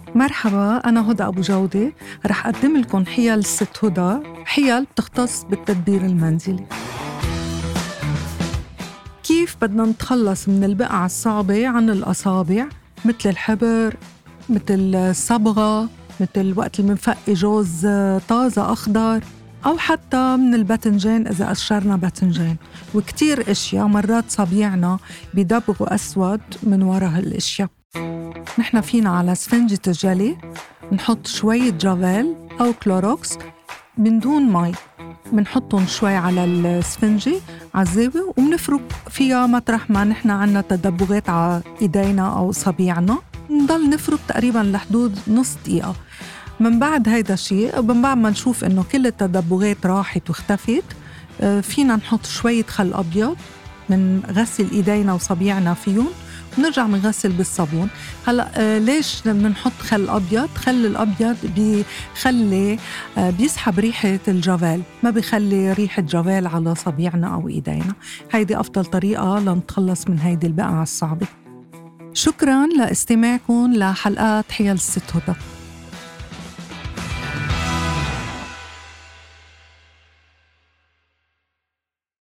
مرحبا، أنا هدى أبو جودة. رح أقدم لكم حيل الست هدى، حيل بتختص بالتدبير المنزلي. كيف بدنا نتخلص من البقع الصعبة عن الأصابع، مثل الحبر، مثل الصبغة، مثل وقت اللي منفقي جوز طازة أخضر، أو حتى من الباذنجان إذا قشرنا باذنجان. وكتير أشياء مرات صبيعنا بيدبغوا أسود من وراء هالأشياء. نحن فينا على سفنجة الجلي نحط شوية جافيل أو كلوروكس من دون مي، منحطهم شوي على السفنجة على الزاوية ومنفرك فيها مطرح ما نحن عنا تدبغات على إيدينا أو صبيعنا. نضل نفرك تقريباً لحدود نص دقيقة. من بعد هيدا الشيء، من بعد ما نشوف إنه كل التدبغات راحت واختفت، فينا نحط شوية خل أبيض، من غسل إيدينا وصبيعنا فيهم ونرجع منغسل بالصابون. هلأ ليش بنحط خل أبيض؟ خل الأبيض بيخلي بيسحب ريحة الجافيل، ما بيخلي ريحة جافيل على صبيعنا أو إيدينا. هيدي أفضل طريقة لنتخلص من هيدي البقع الصعبة. شكراً لاستماعكم لحلقات حيل الست هدى.